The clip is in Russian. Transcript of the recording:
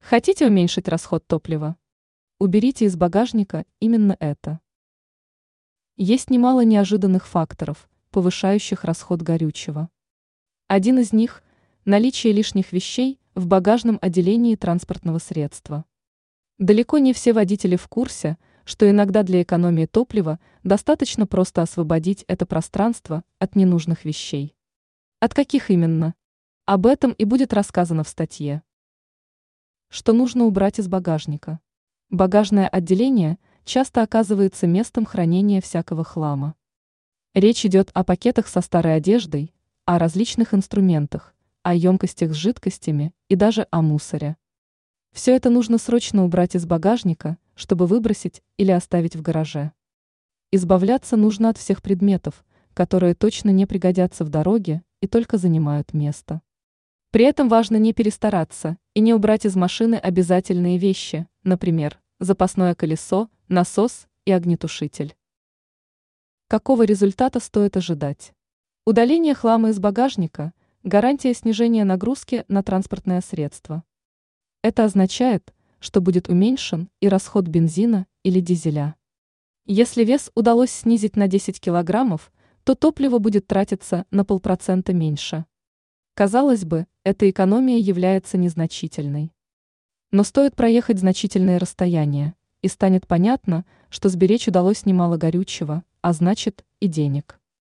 Хотите уменьшить расход топлива? Уберите из багажника именно это. Есть немало неожиданных факторов, повышающих расход горючего. Один из них – наличие лишних вещей в багажном отделении транспортного средства. Далеко не все водители в курсе, что иногда для экономии топлива достаточно просто освободить это пространство от ненужных вещей. От каких именно? Об этом и будет рассказано в статье. Что нужно убрать из багажника? Багажное отделение часто оказывается местом хранения всякого хлама. Речь идет о пакетах со старой одеждой, о различных инструментах, о емкостях с жидкостями и даже о мусоре. Все это нужно срочно убрать из багажника, чтобы выбросить или оставить в гараже. Избавляться нужно от всех предметов, которые точно не пригодятся в дороге и только занимают место. При этом важно не перестараться и не убрать из машины обязательные вещи, например, запасное колесо, насос и огнетушитель. Какого результата стоит ожидать? Удаление хлама из багажника – гарантия снижения нагрузки на транспортное средство. Это означает, что будет уменьшен и расход бензина или дизеля. Если вес удалось снизить на 10 килограммов, то топливо будет тратиться на 0,5% меньше. Казалось бы, эта экономия является незначительной. Но стоит проехать значительные расстояния, и станет понятно, что сберечь удалось немало горючего, а значит и денег.